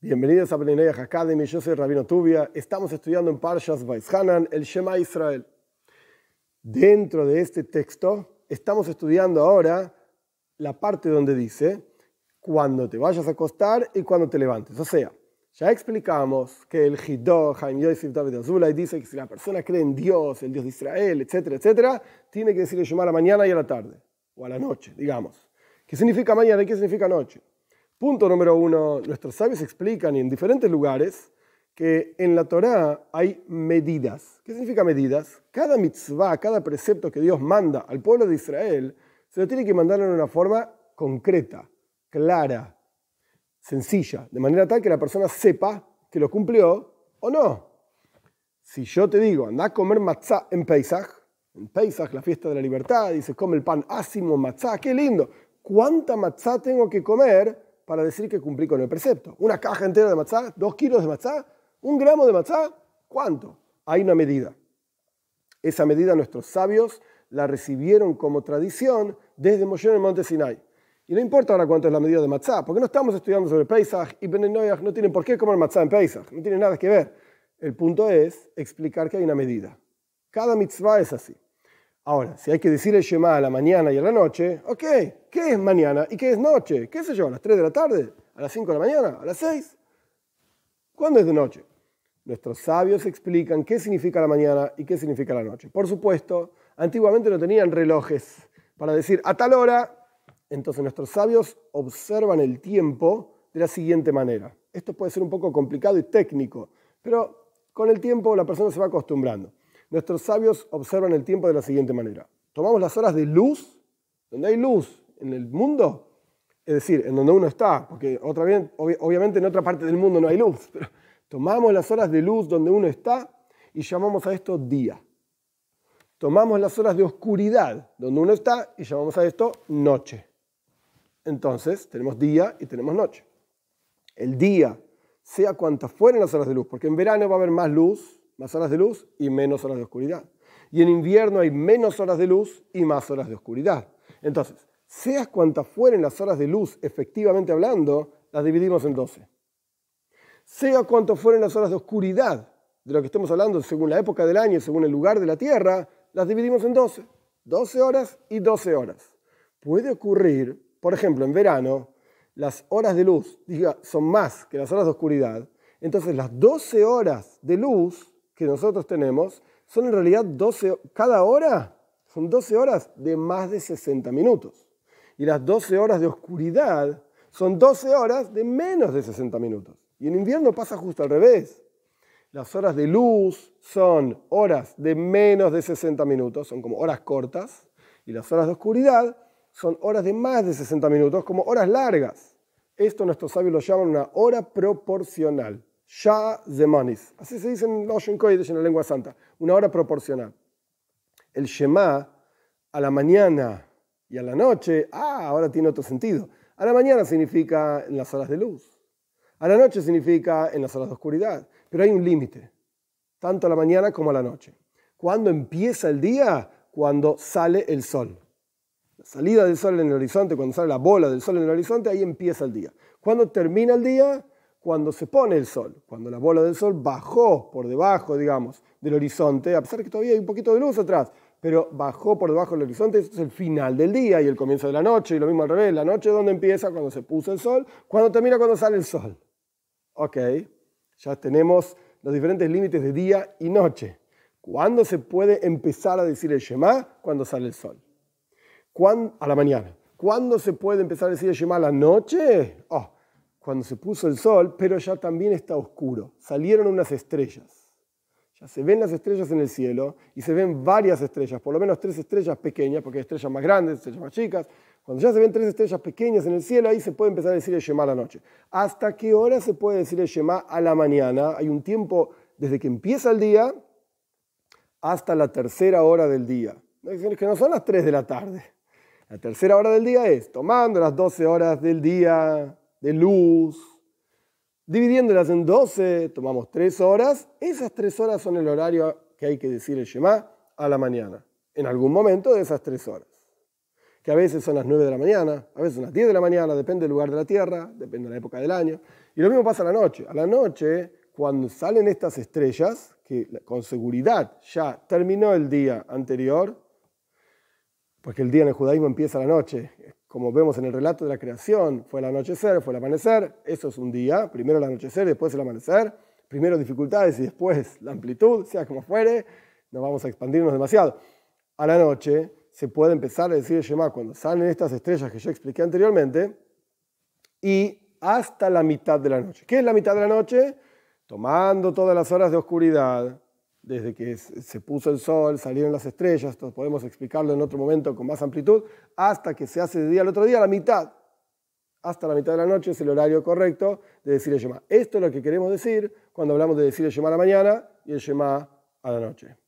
Bienvenidos a Bnei Academy, yo soy Rabino Tuvia. Estamos estudiando en Parshas Vaishanan el Shema Israel. Dentro de este texto estamos estudiando ahora la parte donde dice cuando te vayas a acostar y cuando te levantes. O sea, ya explicamos que el Hiddo, Haim Yosef David Azulay, dice que si la persona cree en Dios, el Dios de Israel, etcétera, etcétera, tiene que decir el Shema a la mañana y a la tarde, o a la noche, digamos. ¿Qué significa mañana y qué significa noche? Punto número 1, nuestros sabios explican en diferentes lugares que en la Torá hay medidas. ¿Qué significa medidas? Cada mitzvah, cada precepto que Dios manda al pueblo de Israel, se lo tiene que mandar en una forma concreta, clara, sencilla, de manera tal que la persona sepa que lo cumplió o no. Si yo te digo, anda a comer matzá en Pesach, la fiesta de la libertad, y se come el pan ácimo, matzá, qué lindo. ¿Cuánta matzá tengo que comer para decir que cumplí con el precepto? ¿Una caja entera de matzá? ¿2 kilos de matzá? ¿1 gramo de matzá? ¿Cuánto? Hay una medida. Esa medida nuestros sabios la recibieron como tradición desde Moshe en el monte Sinai. Y no importa ahora cuánto es la medida de matzá, porque no estamos estudiando sobre Pesach y Bnei Noach no tienen por qué comer matzá en Pesach, no tiene nada que ver. El punto es explicar que hay una medida. Cada mitzvah es así. Ahora, si hay que decir el Shema a la mañana y a la noche, ok, ¿qué es mañana y qué es noche? ¿Qué sé yo? ¿A las 3 de la tarde? ¿A las 5 de la mañana? ¿A las 6? ¿Cuándo es de noche? Nuestros sabios explican qué significa la mañana y qué significa la noche. Por supuesto, antiguamente no tenían relojes para decir a tal hora. Entonces nuestros sabios observan el tiempo de la siguiente manera. Esto puede ser un poco complicado y técnico, pero con el tiempo la persona se va acostumbrando. Nuestros sabios observan el tiempo de la siguiente manera. Tomamos las horas de luz, donde hay luz en el mundo, es decir, en donde uno está, porque obviamente en otra parte del mundo no hay luz, pero tomamos las horas de luz donde uno está y llamamos a esto día. Tomamos las horas de oscuridad donde uno está y llamamos a esto noche. Entonces tenemos día y tenemos noche. El día, sea cuantas fueren las horas de luz, porque en verano va a haber más luz, más horas de luz y menos horas de oscuridad. Y en invierno hay menos horas de luz y más horas de oscuridad. Entonces, seas cuantas fueren las horas de luz, efectivamente hablando, las dividimos en 12. Sea cuantas fueren las horas de oscuridad, de lo que estamos hablando, según la época del año, según el lugar de la Tierra, las dividimos en 12. 12 horas y 12 horas. Puede ocurrir, por ejemplo, en verano, las horas de luz son más que las horas de oscuridad. Entonces, las 12 horas de luz que nosotros tenemos son en realidad 12, cada hora son 12 horas de más de 60 minutos. Y las 12 horas de oscuridad son 12 horas de menos de 60 minutos. Y en invierno pasa justo al revés. Las horas de luz son horas de menos de 60 minutos, son como horas cortas. Y las horas de oscuridad son horas de más de 60 minutos, como horas largas. Esto nuestros sabios lo llaman una hora proporcional. Shah Zemanis. Así se dice en Lashon Kodesh, en la lengua santa. Una hora proporcional. El Shema a la mañana y a la noche, ahora tiene otro sentido. A la mañana significa en las horas de luz. A la noche significa en las horas de oscuridad. Pero hay un límite, tanto a la mañana como a la noche. ¿Cuándo empieza el día? Cuando sale el sol. La salida del sol en el horizonte, cuando sale la bola del sol en el horizonte, ahí empieza el día. ¿Cuándo termina el día? Cuando se pone el sol, cuando la bola del sol bajó por debajo, digamos, del horizonte, a pesar de que todavía hay un poquito de luz atrás, pero bajó por debajo del horizonte, eso es el final del día y el comienzo de la noche, y lo mismo al revés, la noche donde empieza, cuando se puso el sol, cuando termina, cuando sale el sol. Ok, ya tenemos los diferentes límites de día y noche. ¿Cuándo se puede empezar a decir el Shema? Cuando sale el sol. A la mañana. ¿Cuándo se puede empezar a decir el Shema a la noche? Cuando se puso el sol, pero ya también está oscuro. Salieron unas estrellas. Ya se ven las estrellas en el cielo y se ven varias estrellas, por lo menos 3 estrellas pequeñas, porque hay estrellas más grandes, estrellas más chicas. Cuando ya se ven 3 estrellas pequeñas en el cielo, ahí se puede empezar a decir el Shema a la noche. ¿Hasta qué hora se puede decir el Shema a la mañana? Hay un tiempo desde que empieza el día hasta la tercera hora del día. Que no son las 3 de la tarde. La tercera hora del día es tomando las 12 horas del día de luz, dividiéndolas en 12, tomamos 3 horas. Esas 3 horas son el horario que hay que decir el Shema a la mañana, en algún momento de esas 3 horas. que a veces son las 9 de la mañana, a veces son las 10 de la mañana, depende del lugar de la tierra, depende de la época del año. Y lo mismo pasa a la noche. A la noche, cuando salen estas estrellas, que con seguridad ya terminó el día anterior, porque el día en el judaísmo empieza a la noche, como vemos en el relato de la creación, fue el anochecer, fue el amanecer, eso es un día, primero el anochecer, después el amanecer, primero dificultades y después la amplitud, sea como fuere, no vamos a expandirnos demasiado. A la noche se puede empezar a decir el Shema cuando salen estas estrellas que yo expliqué anteriormente y hasta la mitad de la noche. ¿Qué es la mitad de la noche? Tomando todas las horas de oscuridad, desde que se puso el sol, salieron las estrellas, esto podemos explicarlo en otro momento con más amplitud, hasta que se hace de día al otro día, la mitad. Hasta la mitad de la noche es el horario correcto de decir el Shema. Esto es lo que queremos decir cuando hablamos de decir el Shema a la mañana y el Shema a la noche.